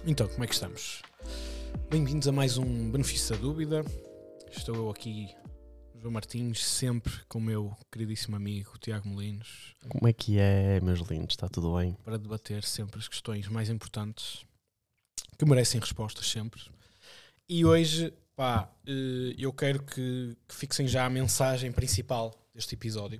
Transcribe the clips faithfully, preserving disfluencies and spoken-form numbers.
Então, como é que estamos? Bem-vindos a mais um Benefício da Dúvida. Estou eu aqui, João Martins, sempre com o meu queridíssimo amigo Tiago Molinos. Como é que é, meus lindos? Está tudo bem? Para debater sempre as questões mais importantes que merecem respostas sempre. E hoje, pá, eu quero que, que fixem já a mensagem principal deste episódio,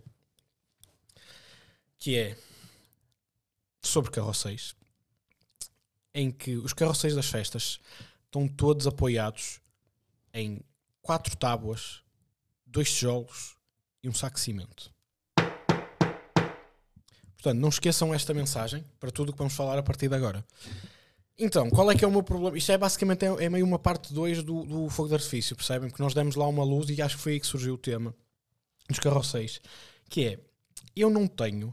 que é sobre carrosséis, em que os carrosséis das festas estão todos apoiados em quatro tábuas, dois tijolos e um saco de cimento. Portanto, não esqueçam esta mensagem para tudo o que vamos falar a partir de agora. Então, qual é que é o meu problema? Isto é basicamente é, é meio uma parte dois do, do fogo de artifício, percebem? Porque nós demos lá uma luz e acho que foi aí que surgiu o tema dos carrosséis, que é, eu não tenho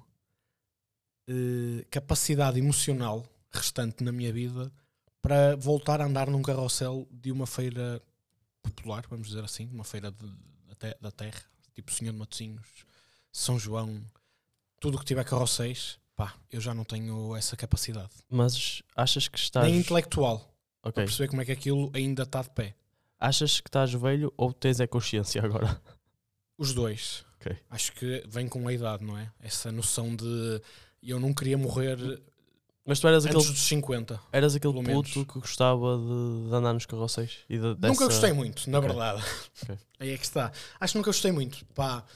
uh, capacidade emocional restante na minha vida para voltar a andar num carrossel de uma feira popular, vamos dizer assim, uma feira de, de, da terra, tipo Senhor de Matosinhos, São João, tudo o que tiver carrosséis, pá, eu já não tenho essa capacidade. Mas achas que estás... Nem intelectual, okay. Para perceber como é que aquilo ainda está de pé. Achas que estás velho ou tens a consciência agora? Os dois. Okay. Acho que vem com a idade, não é? Essa noção de eu não queria morrer... Mas tu eras antes aquele, dos cinquenta. Eras aquele puto menos. que gostava de, de andar nos carrosséis? E de, dessa... Nunca gostei muito, na okay. verdade. Okay. Aí é que está. Acho que nunca gostei muito. Pá,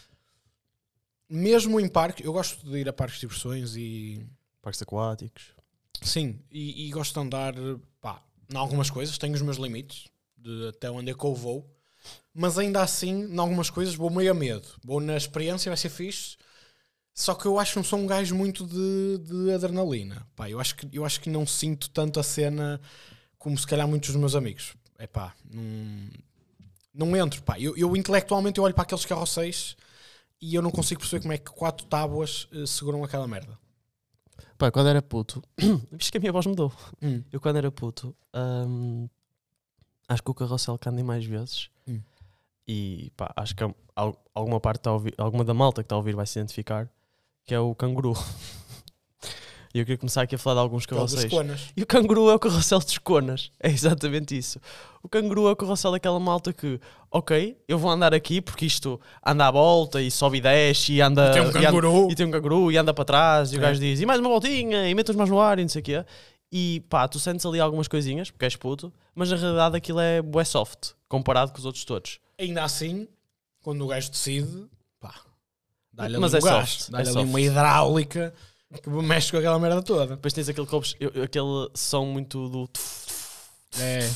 mesmo em parques, eu gosto de ir a parques de diversões e... Parques aquáticos. Sim, e, e gosto de andar, pá, em algumas coisas, tenho os meus limites, de até onde é que eu vou, mas ainda assim, em algumas coisas, vou meio a medo. Vou na experiência, vai ser fixe. Só que eu acho que não sou um gajo muito de, de adrenalina. Pá, eu, acho que, eu acho que não sinto tanto a cena como se calhar muitos dos meus amigos. É pá, não, não entro. Pá. Eu, eu intelectualmente eu olho para aqueles carrosséis e eu não consigo perceber como é que quatro tábuas uh, seguram aquela merda. Pá, quando era puto... Viste que a minha voz mudou. Hum. Eu quando era puto... Hum, acho que o carrossel que andei mais vezes... Hum. E pá, acho que alguma parte tá a ouvir, alguma da malta que está a ouvir vai se identificar, que é o canguru. E eu queria começar aqui a falar de alguns carrosséis. E o canguru é o carrossel dos conas. É exatamente isso. O canguru é o carrossel daquela malta que, ok, eu vou andar aqui porque isto anda à volta e sobe e desce e anda... E tem um canguru. E, anda, e tem um canguru e anda para trás e é. O gajo diz, e mais uma voltinha, e mete os mais no ar e não sei o quê. E pá, tu sentes ali algumas coisinhas, porque és puto, mas na realidade aquilo é bué soft, comparado com os outros todos. Ainda assim, quando o gajo decide, pá, dá-lhe ali mas um é gás, soft, dá-lhe é ali soft. uma hidráulica que mexe com aquela merda toda. Depois tens aquele, copos, aquele som muito do... É.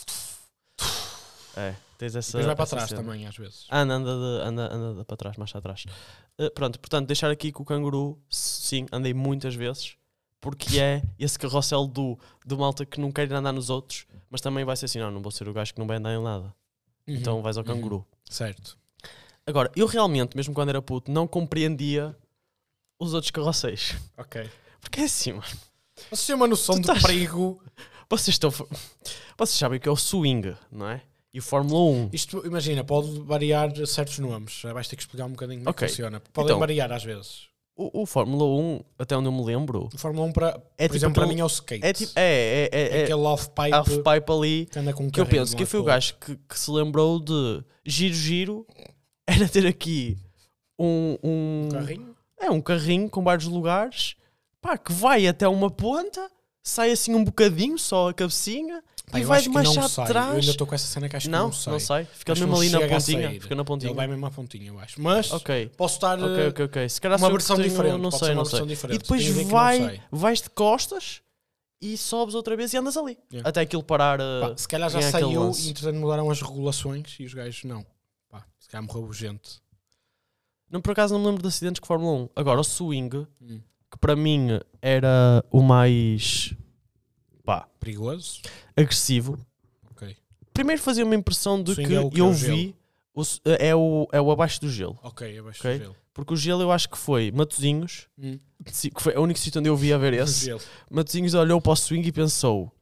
É, tens essa... Depois vai para essa trás cena. também, às vezes. Anda, anda, de, anda, anda para trás, mais atrás. Uh, pronto, portanto, deixar aqui que o canguru, sim, andei muitas vezes, porque é esse carrossel do, do malta que não quer ir andar nos outros, mas também vai ser assim, não, não vou ser o gajo que não vai andar em nada. Uhum. Então vais ao canguru. Uhum. Certo. Agora, eu realmente, mesmo quando era puto, não compreendia os outros carrosséis. Ok. Porque é assim, mano. Vocês têm uma noção Tu de estás... perigo. Vocês estão... Vocês sabem o que é o swing, não é? E o Fórmula um. Isto, imagina, pode variar certos nomes. Já vais ter que explicar um bocadinho como okay. é que funciona. Podem então, variar às vezes. O, o Fórmula um, até onde eu me lembro... O Fórmula um, para, é por tipo exemplo, para aquele, mim é o skate. É, tipo, é, é, é, é aquele off-pipe off-pipe ali que anda com um que eu penso que foi o gajo que, que se lembrou de giro-giro era ter aqui um, um... Um carrinho? É, um carrinho com vários lugares, pá, que vai até uma ponta, sai assim um bocadinho, só a cabecinha, pá, e vai de mais machado de trás. Eu ainda estou com essa cena que acho não, que não sai. Não sai, fica acho mesmo ali na pontinha. pontinha. Fica na pontinha. Ele vai mesmo à pontinha, eu acho. Mas okay. posso estar okay, okay, okay. Se calhar uma se versão tenho, diferente. Não Pode sei, uma não sei. Diferente. E depois vai, vais de costas e sobes outra vez e andas ali. Yeah. Até aquilo parar. Pá, se calhar já saiu e entretanto mudaram as regulações e os gajos não. Pá, se calhar morreu gente. Não, por acaso não me lembro de acidentes com Fórmula um. Agora, o swing, hum. que para mim era o mais... Pá, perigoso? Agressivo. Okay. Primeiro fazia uma impressão de que, é que eu é vi... O, é, o, é o abaixo do gelo. Ok, abaixo okay? do gelo. Porque o gelo eu acho que foi Matosinhos, hum. que foi o único sítio onde eu vi a ver esse. Matosinhos olhou para o swing e pensou...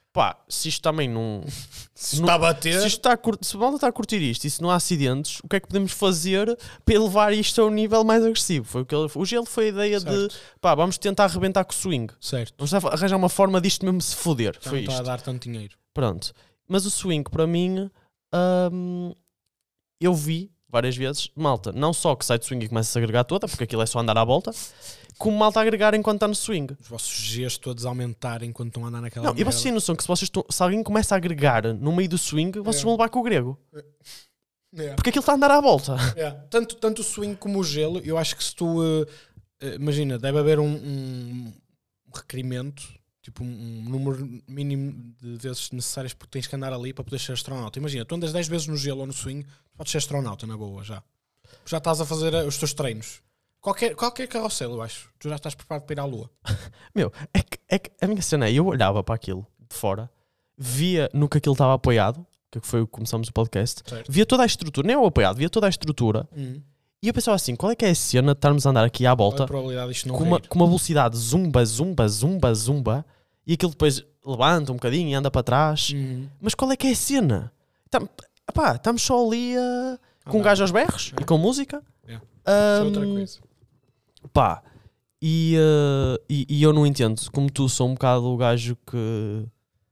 pá, se isto também não... se não, está a bater... Se, isto está a cur... se a malta está a curtir isto e se não há acidentes, o que é que podemos fazer para elevar isto a um nível mais agressivo? Foi o, que ele... o gelo foi a ideia certo. de, pá, vamos tentar arrebentar com o swing. Certo. Vamos arranjar uma forma disto mesmo se foder. Já foi não isto. está a dar tanto dinheiro. Pronto. Mas o swing, para mim, hum, eu vi várias vezes, malta, não só que sai de swing e começa a agregar toda, porque aquilo é só andar à volta, como malta a agregar enquanto está no swing. Os vossos Gs todos a aumentar enquanto estão a andar naquela Não, merda. E vocês têm noção que se, vocês estão, se alguém começa a agregar no meio do swing, vocês é. vão levar com o grego. É. Porque aquilo está a andar à volta. É. Tanto, tanto o swing como o gelo, eu acho que se tu... Uh, uh, imagina, deve haver um, um, um requerimento, tipo um, um número mínimo de vezes necessárias porque tens que andar ali para poder ser astronauta. Imagina, tu andas dez vezes no gelo ou no swing, podes ser astronauta na boa já. Já estás a fazer os teus treinos. Qualquer, qualquer carrossel, eu acho. Tu já estás preparado para ir à lua. Meu, é que, é que a minha cena é, eu olhava para aquilo de fora, via no que aquilo estava apoiado, que foi o que começamos o podcast, certo. Via toda a estrutura, nem o apoiado, via toda a estrutura, uhum. E eu pensava assim, qual é que é a cena de estarmos a andar aqui à volta não com, uma, com uma velocidade zumba, zumba, zumba, zumba, e aquilo depois levanta um bocadinho e anda para trás. Uhum. Mas qual é que é a cena? Tá, pá, estamos só ali a, com um gajo aos berros é. E com música. É. Um, é outra coisa. Pá, e, uh, e, e eu não entendo, como tu sou um bocado o gajo que...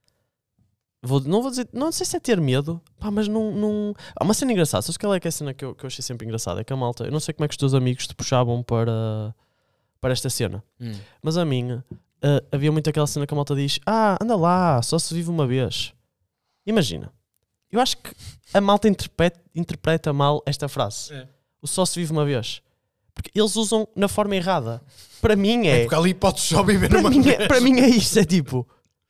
Vou, não vou dizer, não sei se é ter medo, pá, mas não... não... Há uma cena engraçada, sabes qual é que é a cena que eu, que eu achei sempre engraçada? É que a malta, eu não sei como é que os teus amigos te puxavam para, para esta cena, hum. mas a minha, uh, havia muito aquela cena que a malta diz, ah, anda lá, só se vive uma vez. Imagina, eu acho que a malta interpreta, interpreta mal esta frase, é. O só se vive uma vez. Porque eles usam na forma errada. Para mim é... É porque ali podes só viver uma mim vez. É, para mim é isto, é tipo...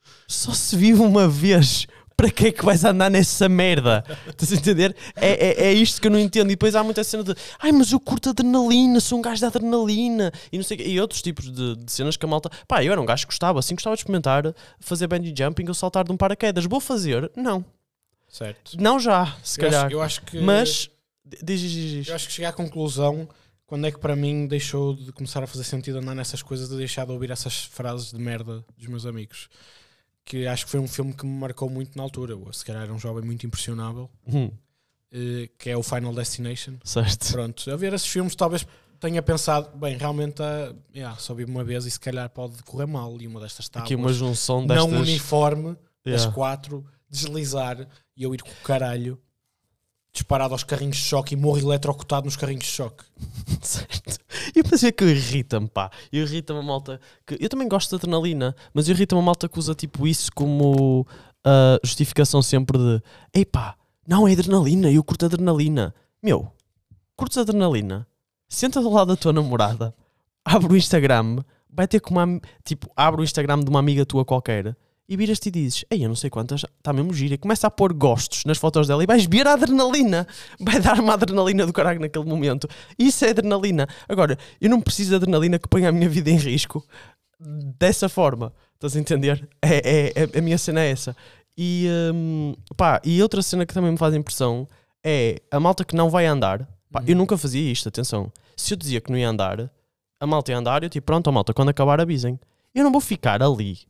Só se vive uma vez. Para que é que vais andar nessa merda? Estás a entender? É, é, é isto que eu não entendo. E depois há muita cena de... Ai, mas eu curto adrenalina, sou um gajo de adrenalina. E não sei o quê. E outros tipos de, de cenas que a malta... Pá, eu era um gajo que gostava. Assim, gostava de experimentar fazer bungee jumping ou saltar de um paraquedas. Vou fazer? Não. Certo. Não já, se eu calhar. Acho, eu acho que... Mas... Diz, diz, diz. Eu acho que cheguei à conclusão... Quando é que para mim deixou de começar a fazer sentido andar nessas coisas, de deixar de ouvir essas frases de merda dos meus amigos? Que acho que foi um filme que me marcou muito na altura. Eu, se calhar era um jovem muito impressionável, hum. uh, que é o Final Destination. Certo. Pronto, a ver esses filmes talvez tenha pensado, bem, realmente uh, yeah, só vi uma vez e se calhar pode correr mal. E uma destas tábuas, aqui uma junção destas... não uniforme, yeah. das quatro, deslizar e eu ir com o caralho disparado aos carrinhos de choque e morro eletrocutado nos carrinhos de choque. Certo. E depois é que irrita-me, pá. Irrita-me a malta que... Eu também gosto de adrenalina, mas irrita-me a malta que usa tipo isso como uh, justificação sempre de ei pá, não é adrenalina, eu curto adrenalina. Meu, curtes adrenalina? Senta do lado da tua namorada, abre o Instagram, vai ter com uma... Tipo, abre o Instagram de uma amiga tua qualquer... E viras-te e dizes, ei, eu não sei quantas, está mesmo gira. E começa a pôr gostos nas fotos dela e vais ver a adrenalina. Vai dar uma adrenalina do caralho naquele momento. Isso é adrenalina. Agora, eu não preciso de adrenalina que ponha a minha vida em risco dessa forma. Estás a entender? É, é, é, a minha cena é essa. E, um, pá, e outra cena que também me faz impressão é a malta que não vai andar. Pá, uhum. Eu nunca fazia isto, atenção. Se eu dizia que não ia andar, a malta ia andar, eu tipo, pronto, a malta, quando acabar avisem. Eu não vou ficar ali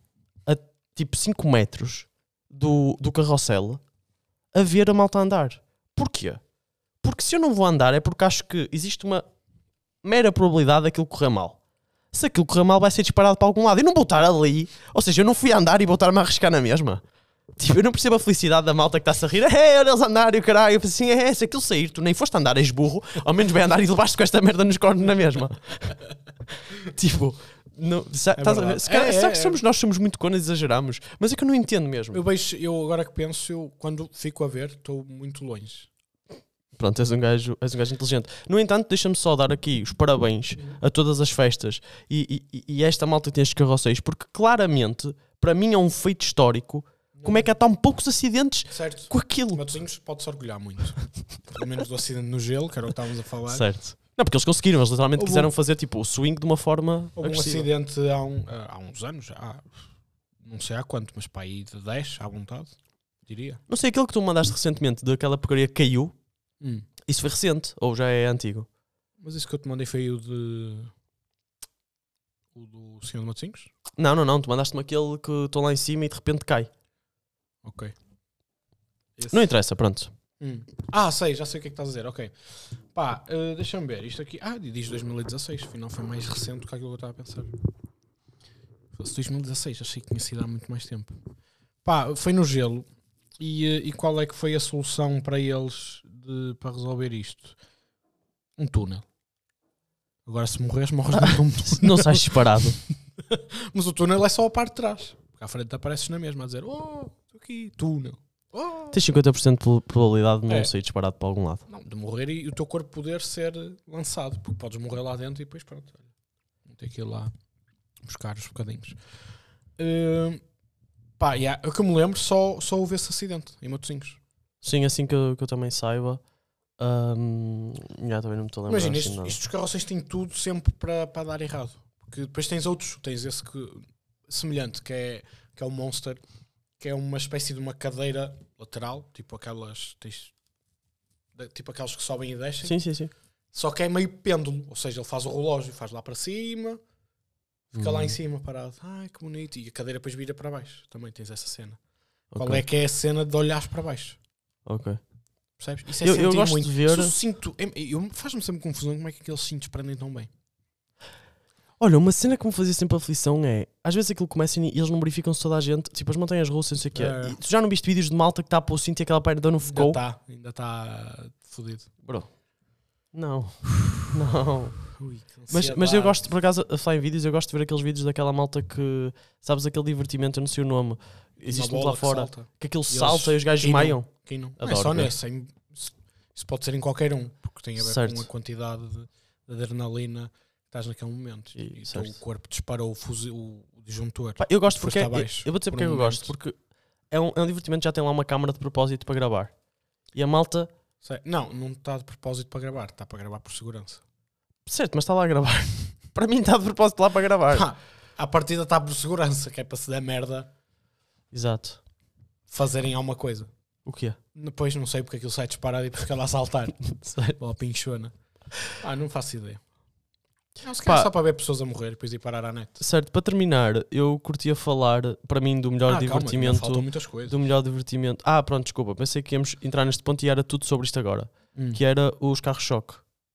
tipo cinco metros do, do carrossel a ver a malta andar. Porquê? Porque se eu não vou andar é porque acho que existe uma mera probabilidade daquilo correr mal. Se aquilo correr mal vai ser disparado para algum lado. Eu não vou estar ali. Ou seja, eu não fui andar e vou estar-me a arriscar na mesma. Tipo, eu não percebo a felicidade da malta que está-se a rir. É, olha eles andarem, o caralho. Eu pensei assim, é, se aquilo sair, tu nem foste andar, és burro. Ao menos vai andar e levaste com esta merda nos cornos na mesma. Tipo... Não, sa, é a ver? Se calhar, é, é, que somos, é. Nós somos muito conas e exageramos, mas é que eu não entendo mesmo. Eu vejo, eu agora que penso, eu, quando fico a ver, estou muito longe. Pronto, és um gajo, és um gajo inteligente. No entanto, deixa-me só dar aqui os parabéns a todas as festas e, e, e esta malta tem estes carrosséis, porque claramente, para mim é um feito histórico. Como é que há tão poucos acidentes certo. Com aquilo? Matosinhos pode-se orgulhar muito. Pelo menos do acidente no gelo, que era o que estávamos a falar. Certo. Não, porque eles conseguiram, eles literalmente houve quiseram um, fazer tipo o swing de uma forma houve agressiva. Um acidente há, um, há uns anos, há, não sei há quanto, mas para aí de dez à vontade, diria. Não sei, aquele que tu mandaste recentemente, daquela porcaria que caiu, hum. Isso foi recente ou já é antigo? Mas isso que eu te mandei foi o de... o do Senhor de Matosinhos? Não, não, não, tu mandaste-me aquele que estou lá em cima e de repente cai. Ok. Esse... Não interessa, pronto. Hum. Ah, sei, já sei o que é que estás a dizer. Ok. Pá, uh, deixa-me ver. Isto aqui. Ah, diz dois mil e dezasseis. Afinal foi mais recente do que aquilo que eu estava a pensar. Fosse dois mil e dezasseis, achei que tinha sido há muito mais tempo. Pá, foi no gelo. E, e qual é que foi a solução para eles de, para resolver isto? Um túnel. Agora se morres, morres dentro de um túnel. Não sais disparado. Mas o túnel é só a parte de trás. Porque à frente apareces na mesma a dizer: oh, estou aqui, túnel. Oh. Tens cinquenta por cento de probabilidade de não é. sair disparado para algum lado. Não, de morrer e o teu corpo poder ser lançado. Porque podes morrer lá dentro e depois pronto. Não tem que ir lá buscar os bocadinhos. Uh, pá, yeah, eu que me lembro, só, só houve esse acidente em Matosinhos. Sim, assim que eu, que eu também saiba. Um, já também não me estou a lembrar. Imagina, assim isto, isto dos carroceis tem tudo sempre para, para dar errado. Porque depois tens outros, tens esse que, semelhante, que é, que é o Monster, que é uma espécie de uma cadeira lateral, tipo aquelas, tens, tipo aquelas que sobem e descem. Sim, sim, sim. Só que é meio pêndulo, ou seja, ele faz o relógio, faz lá para cima, fica hum. lá em cima parado. Ai, que bonito. E a cadeira depois vira para baixo. Também tens essa cena. Okay. Qual é que é a cena de olhares para baixo? Ok. Percebes? Isso é eu, eu gosto muito. de ver... Cinto, eu, eu, faz-me sempre confusão como é que aqueles cintos prendem tão bem. Olha, uma cena que me fazia sempre aflição é, às vezes aquilo começa e eles não verificam se toda a gente, tipo as montanhas russas, não sei o que é. Tu já não viste vídeos de malta que está a pôr o cinto e aquela perna não ficou? Ainda está, ainda está fodido. Bro, não, não. Ui, mas, mas eu gosto, por acaso, a falar em vídeos, eu gosto de ver aqueles vídeos daquela malta que, sabes, aquele divertimento, eu não sei o nome, existe muito lá fora, que, que aquilo e salta e os gajos maiam. Quem não? Não é só nesse, isso pode ser em qualquer um, porque tem a ver certo. com a quantidade de, de adrenalina que estás naquele momento. E, e o corpo disparou o, fuzil, o disjuntor. Pá, eu gosto porque, abaixo, eu vou dizer porque um eu gosto, porque é um, é um divertimento, já tem lá uma câmara de propósito para gravar. E a malta... Sei. Não, não está de propósito para gravar, está para gravar por segurança. Certo, mas está lá a gravar. Para mim está de propósito lá para gravar. Pá, à partida está por segurança, que é para se der merda. Exato. Fazerem alguma coisa. O quê? Depois não sei porque aquilo sai disparado e depois fica lá a saltar. Ou a pinchona. Ah, não faço ideia. Não, se calhar só para ver pessoas a morrer e depois ir parar à net. Certo, para terminar, eu curtia falar para mim do melhor ah, divertimento. Calma, muitas coisas. Do melhor divertimento. Ah, pronto, desculpa. Pensei que íamos entrar neste ponto e era tudo sobre isto agora. Hum. Que era os carros-choque.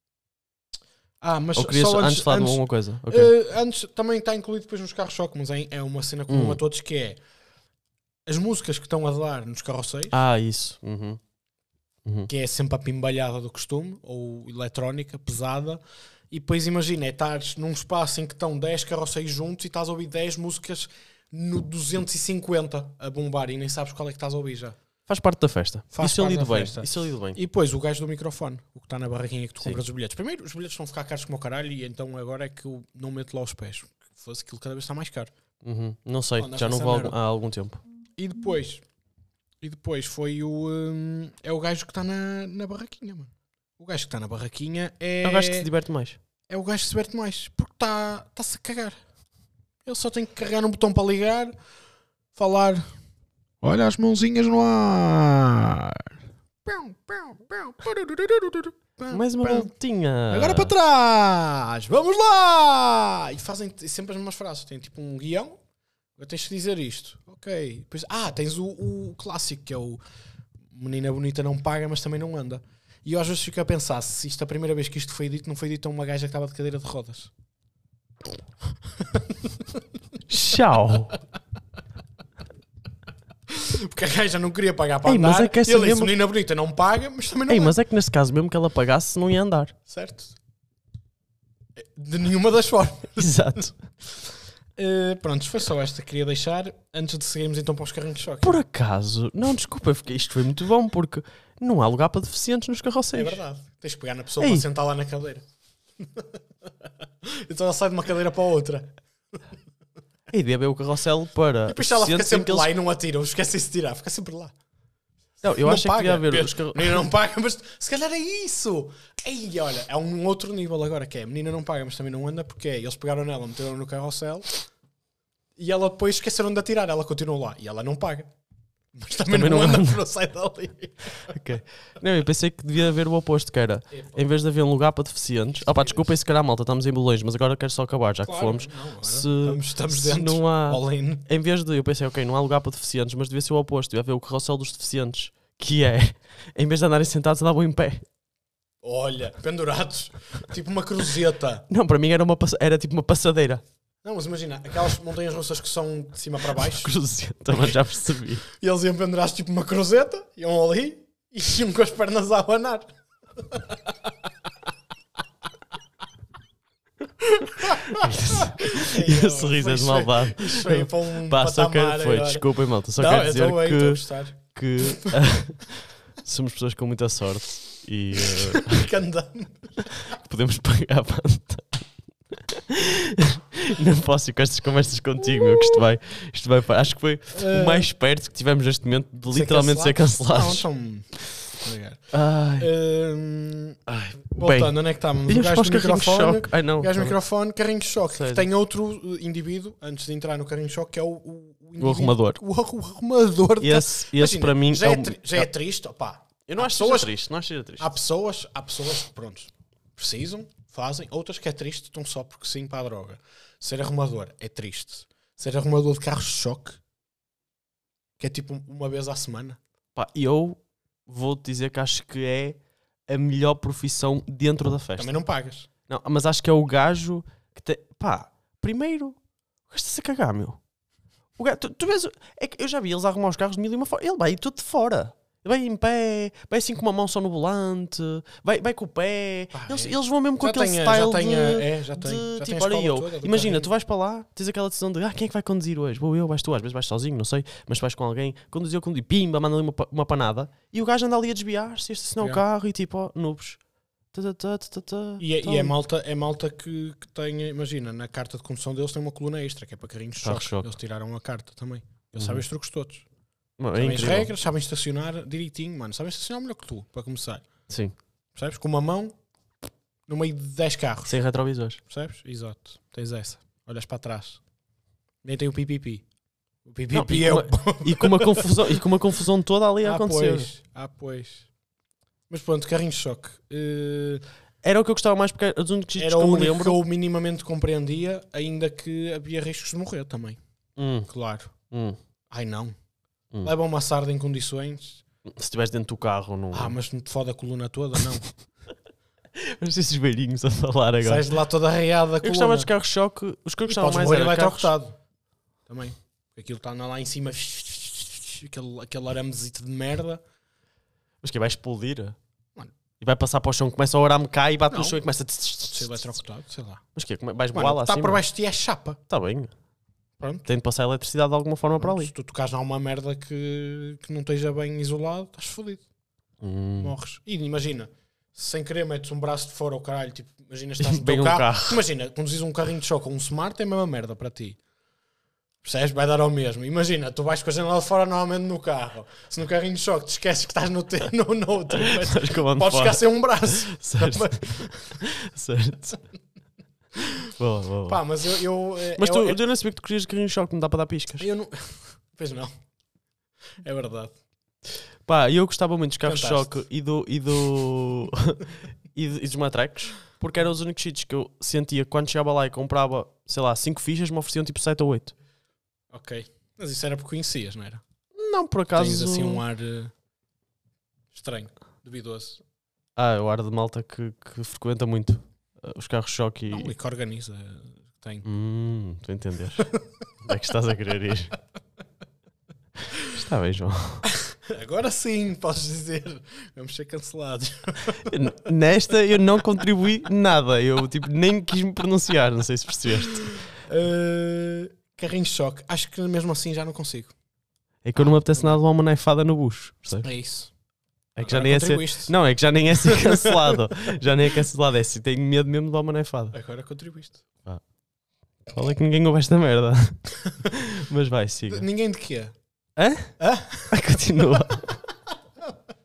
Ah, mas Ou querias só antes, antes falar antes, de alguma coisa? Okay. Uh, antes também está incluído depois nos carros-choque, mas é, é uma cena comum hum. a todos que é as músicas que estão a dar nos carroceiros. Ah, isso. Uhum. Uhum. Que é sempre a pimbalhada do costume, ou eletrónica, pesada. E depois imagina, é estares num espaço em que estão dez carroceiros juntos e estás a ouvir dez músicas no duzentos e cinquenta a bombar e nem sabes qual é que estás a ouvir já. Faz parte da festa. Faz Isso eu lido bem. Festa. Isso eu lido bem. E depois o gajo do microfone, o que está na barraquinha que tu Sim. compras os bilhetes. Primeiro, os bilhetes vão ficar caros como o caralho e então agora é que eu não meto lá os pés. Se fosse aquilo cada vez está mais caro. Uhum. Não sei, Bom, já não vou há algum tempo. E depois, e depois foi o... Um, é o gajo que está na, na barraquinha, mano. O gajo que está na barraquinha é... É o gajo que se diverte mais. É o gajo que se diverte mais. Porque está está-se a cagar. Ele só tem que carregar num botão para ligar, falar... Olha as mãozinhas no ar. Mais uma voltinha. Agora para trás. Vamos lá. E fazem sempre as mesmas frases. Tem tipo um guião. Agora tens de dizer isto. Ok. Depois, ah, tens o, o clássico que é o menina bonita não paga, mas também não anda. E eu às vezes fico a pensar se isto a primeira vez que isto foi dito não foi dito a uma gaja que estava de cadeira de rodas. Tchau. Porque a gaja não queria pagar para Ei, andar. Mas é que essa ele disse, mesmo... menina bonita não paga, mas também não Ei, anda. Mas é que neste caso, mesmo que ela pagasse, não ia andar. Certo. De nenhuma das formas. Exato. uh, pronto, foi só esta que queria deixar antes de seguirmos então para os carrinhos de choque. Por acaso, não, desculpa, isto foi muito bom porque não há lugar para deficientes nos carroceiros. É verdade. Tens que pegar na pessoa Ei. para sentar lá na cadeira. Então ela sai de uma cadeira para a outra. E devia haver o carrossel para... E depois ela fica sempre eles... lá e não atiram. Esquecem-se de tirar. Fica sempre lá. Não, eu não acho paga. que devia haver... Os carro... Menina não paga, mas se calhar é isso. Ei, olha, é um outro nível agora que é. Menina não paga, mas também não anda porque é. Eles pegaram nela, meteram no carrossel e ela depois esqueceram de atirar. Ela continuou lá e ela não paga. Mas também, também não, não anda, anda. Não sai dali. Ok. Não, eu pensei que devia haver o oposto, que era, Epa. em vez de haver um lugar para deficientes... Ah pá, desculpem se calhar, malta, estamos em Belões, mas agora quero só acabar, já claro, que fomos. Não, se, estamos, estamos se dentro, não há... all-in. Em vez de, eu pensei, ok, não há lugar para deficientes, mas devia ser o oposto, devia haver o carrossel dos deficientes, que é, em vez de andarem sentados, andavam em pé. Olha, pendurados, tipo uma cruzeta. Não, para mim era, uma, era tipo uma passadeira. Não, mas imagina, aquelas montanhas russas que são de cima para baixo. Cruzeta, mas já percebi. E eles iam pendurados tipo uma cruzeta, iam ali e iam com as pernas a abanar. E o sorriso é de malvado. Isso foi para um Pá, só quero, foi, agora. Desculpem, malta, só não, quero dizer bem, que, que uh, somos pessoas com muita sorte e uh, que andamos. Podemos pagar a banda. Não posso ir com estas conversas contigo, meu, que isto vai, isto vai. Acho que foi uh, o mais perto que tivemos neste momento de literalmente ser cancelados. Não, então. Ai. Uh, Ai. Voltando, bem, onde é que estávamos? O gajo do microfone, Ai, não, o gajo não. do microfone, carrinho de choque. Que tem outro indivíduo, antes de entrar no carrinho de choque, que é o, o, o, o arrumador. O, o arrumador. Esse, esse Imagina, para mim já é, é, tri, já é triste. Opá, eu não acho pessoas, que seja triste. Não acho que seja triste. Há pessoas, há pessoas que, pronto, precisam, fazem. Outras que é triste, estão só porque sim para a droga. Ser arrumador é triste. Ser arrumador de carros de choque, que é tipo uma vez à semana. Pá, eu vou-te dizer que acho que é a melhor profissão dentro da festa. Também não pagas. Não, mas acho que é o gajo que tem... Pá, primeiro, o gajo está-se a cagar, meu. O gajo, tu, tu vês... É que eu já vi eles arrumar os carros de mil e uma forma. Ele vai tudo de fora. Ele vai em pé, vai assim com uma mão só no volante, vai, vai com o pé. Pá, eles, é. eles vão mesmo com já aquele tenho, style já tenho, de... É, já tenho. De, já tipo, olha eu. Imagina, tu vais para lá, tens aquela decisão de ah, quem é que vai conduzir hoje? Vou eu, vais tu, às vezes vais sozinho, não sei, mas vais com alguém, conduzir, conduzir, pimba, manda ali uma, uma panada, e o gajo anda ali a desviar-se, a estacionar yeah. o carro e tipo, ó, noobs. E, é, e é malta, é malta que, que tem, imagina, na carta de condução deles tem uma coluna extra, que é para carrinhos de choque. choque. Eles tiraram a carta também. Eles uhum. sabem os truques todos. Mano, sabem é as regras, sabem estacionar direitinho, mano. Sabem estacionar melhor que tu, para começar. Sim. Percebes? Com uma mão no meio de dez carros. Sem retrovisores. Percebes? Exato. Tens essa. Olhas para trás. Nem tem o pipipi. O pipipi Não, e é com o... uma, e, com uma confusão, e com uma confusão toda ali a ah, acontecer. Pois. Ah, pois. Mas pronto, carrinho de choque. Uh... Era o que eu gostava mais, porque os únicos era que o eu me único lembro... que eu minimamente compreendia, ainda que havia riscos de morrer também. Hum. Claro. Hum. Ai não. Hum. Leva uma sarda em condições. Se estiveres dentro do carro, não. Ah, mas não te fode a coluna toda, não. Mas esses velhinhos a falar agora. Sais de lá toda arreada da eu coluna. Eu gostava de carro-choque. Os que eu gostava mais era carros... eletrocutado. Também. Aquilo está lá em cima. Aquele, aquele aramezito de merda. Mas que vai explodir? Mano. E vai passar para o chão, começa a orar-me cá e bate não. no chão e começa a... Pode ser eletrocutado, sei lá. Mas que vais voar lá está acima? por baixo de ti é chapa. Está bem. Pronto. Tem de passar a eletricidade de alguma forma Pronto, para ali. Se tu tocares numa merda que, que não esteja bem isolado, estás fodido. Hum. Morres. E imagina, sem querer metes um braço de fora ao caralho, tipo, imagina estás no teu um carro, carro. Imagina, conduzis um carrinho de choque ou um smart, é a mesma merda para ti. Percebes? Vai dar ao mesmo. Imagina, tu vais com a janela de fora normalmente no carro. Se no carrinho de choque te esqueces que estás no, te, no, no outro, mas podes ficar sem um braço. Certo. Certo. Boa, boa. Pá, mas eu, eu mas tu, eu, eu, eu não sabia que tu querias de carrinho de choque, não dá para dar piscas. Eu não. Pois não. É verdade. Pá, eu gostava muito dos carros de choque e do. E, do e, do, e dos matrecos, porque eram os únicos sítios que eu sentia que quando chegava lá e comprava, sei lá, cinco fichas, me ofereciam tipo sete ou oito. Ok. Mas isso era porque conhecias, não era? Não, por acaso. Tens assim um ar uh, estranho, duvidoso. Ah, é o ar de malta que, que frequenta muito uh, os carros de choque e. Não, e que organiza. Tem. Hum, tu entendes. Onde é que estás a querer ir? Está bem, João. Agora sim, podes dizer. Vamos ser cancelados. Nesta eu não contribuí nada. Eu tipo, nem quis me pronunciar. Não sei se percebeste. Uh, carrinho de choque. Acho que mesmo assim já não consigo. É que eu não me apetece nada de uma naifada no bucho. Percebes? É isso. É que já nem é ser... Não, é que já nem é ser cancelado. Já nem é cancelado. É assim, tenho medo mesmo de uma naifada. Agora contribuíste. Ah. Fala que ninguém ouve esta merda. Mas vai, siga. Ninguém de quê? Hã? Hã? Continua.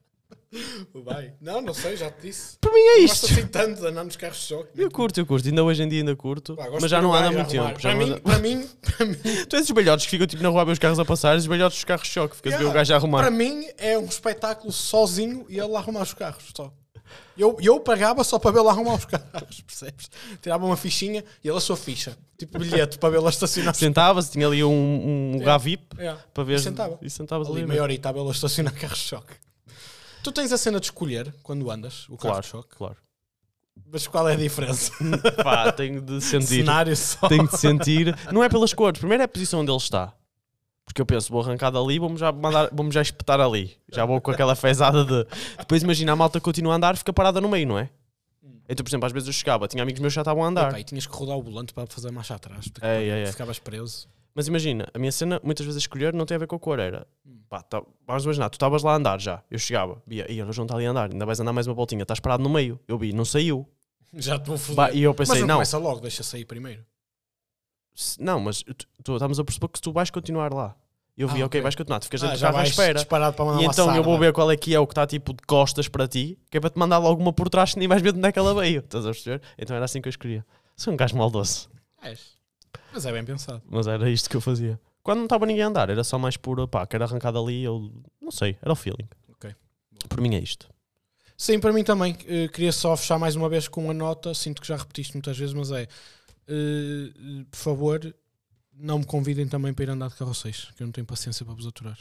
Vai. Não, não sei, já te disse. Para mim é isto. Gosto assim tanto de andar nos carros de choque. Eu curto, eu curto. Ainda hoje em dia ainda curto. Pá, mas já não anda há muito tempo. Para, mim, para, mim, para mim... Tu és os velhotes que ficam tipo na rua a ver os carros a passar, os velhotes dos carros de choque. Ficas yeah, a ver o gajo a arrumar. Para mim é um espetáculo sozinho e ele a arrumar os carros só. Eu, eu pagava só para vê-lo arrumar os carros, percebes? Tirava uma fichinha e ele a sua ficha. Tipo bilhete para vê-lo estacionar. Sentava-se, tinha ali um, um lugar yeah. V I P yeah. para ver. E sentava. E sentava-se ali. ali. Meia hora e estava ele a estacionar carros de choque. Tu tens a cena de escolher quando andas o carro claro, de choque? Claro. Mas qual é a diferença? Pá, tenho de sentir. Cenário só. Tenho de sentir. Não é pelas cores. Primeiro é a posição onde ele está. Porque eu penso, vou arrancar dali, vou-me já, mandar, vou-me já espetar ali. Já vou com aquela fezada de... Depois imagina, a malta continua a andar, fica parada no meio, não é? Então, por exemplo, às vezes eu chegava, tinha amigos meus que já estavam a andar. Epa, e tinhas que rodar o volante para fazer marcha atrás. Porque é, é, é. ficavas preso. Mas imagina, a minha cena, muitas vezes a escolher, não tem a ver com a cor. Era, pá, tá, vamos imaginar, tu estavas lá a andar já. Eu chegava, via, e ele não está ali a andar, ainda vais andar mais uma voltinha, estás parado no meio. Eu vi, não saiu. Já te vou foder. Bah, e eu pensei, mas não, não. começa logo, deixa sair primeiro. Não, mas tu, tu, estamos a perceber que tu vais continuar lá. Eu vi, ah, ok, okay, vais continuar, tu ficas dentro ah, do carro à espera. Para e então sarda. Eu vou ver qual é que é o que está tipo de costas para ti, que é para te mandar logo uma por trás que nem vais ver de onde é que ela veio. Estás a perceber? Então era assim que eu escolhia. Sou um gajo maldoso. És. Mas é bem pensado. Mas era isto que eu fazia. Quando não estava ninguém a andar, era só mais por, pá, quero arrancar dali, eu não sei, era o feeling. Ok. Por mim é isto. Sim, para mim também. Uh, queria só fechar mais uma vez com uma nota, sinto que já repetiste muitas vezes, mas é, uh, por favor, não me convidem também para ir andar de carro seis, que eu não tenho paciência para vos aturar.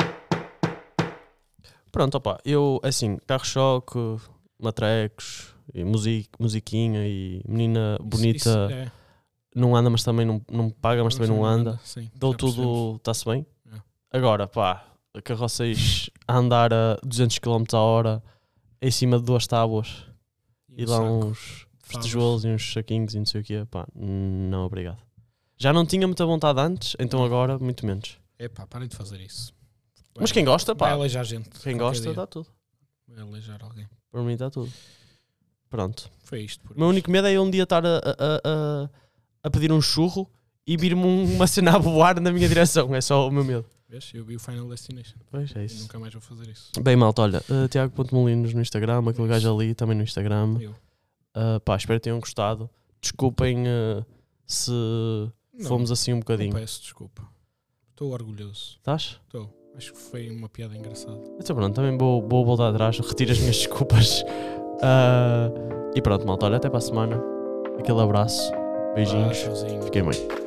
Pronto, opa, eu, assim, carro-choque, matrecos, e music, musiquinha e menina bonita, isso, isso é. Não anda, mas também não, não paga, mas, mas também não anda. Sim, dou tudo, está-se bem. É. Agora, pá, carro seis a andar a duzentos quilómetros a hora em cima de duas tábuas e, e lá uns festejolos e uns saquinhos e não sei o quê, pá, não, obrigado. Já não tinha muita vontade antes, então agora muito menos. É pá, parem de fazer isso. Vai, mas quem gosta, pá. Vai aleijar gente. Quem gosta, dia. Dá tudo. Vai aleijar alguém. Para mim dá tudo. Pronto. Foi isto. Por o meu único medo é eu um dia estar a, a, a, a pedir um churro e vir-me uma cena a voar na minha direção. É só o meu medo. Vês? Eu vi o Final Destination. Pois é isso. Eu nunca mais vou fazer isso. Bem, malta, olha, uh, Tiago ponto Molinos no Instagram, aquele gajo ali também no Instagram. Eu. Uh, pá, espero que tenham gostado. Desculpem uh, se não, fomos assim um bocadinho. Não peço desculpa. Estou orgulhoso. Estás? Estou. Acho que foi uma piada engraçada. Então pronto, também vou, vou voltar atrás, retiro as minhas desculpas. Uh, e pronto, malta, olha, até para a semana. Aquele abraço. Beijinhos. Ah, fiquem bem.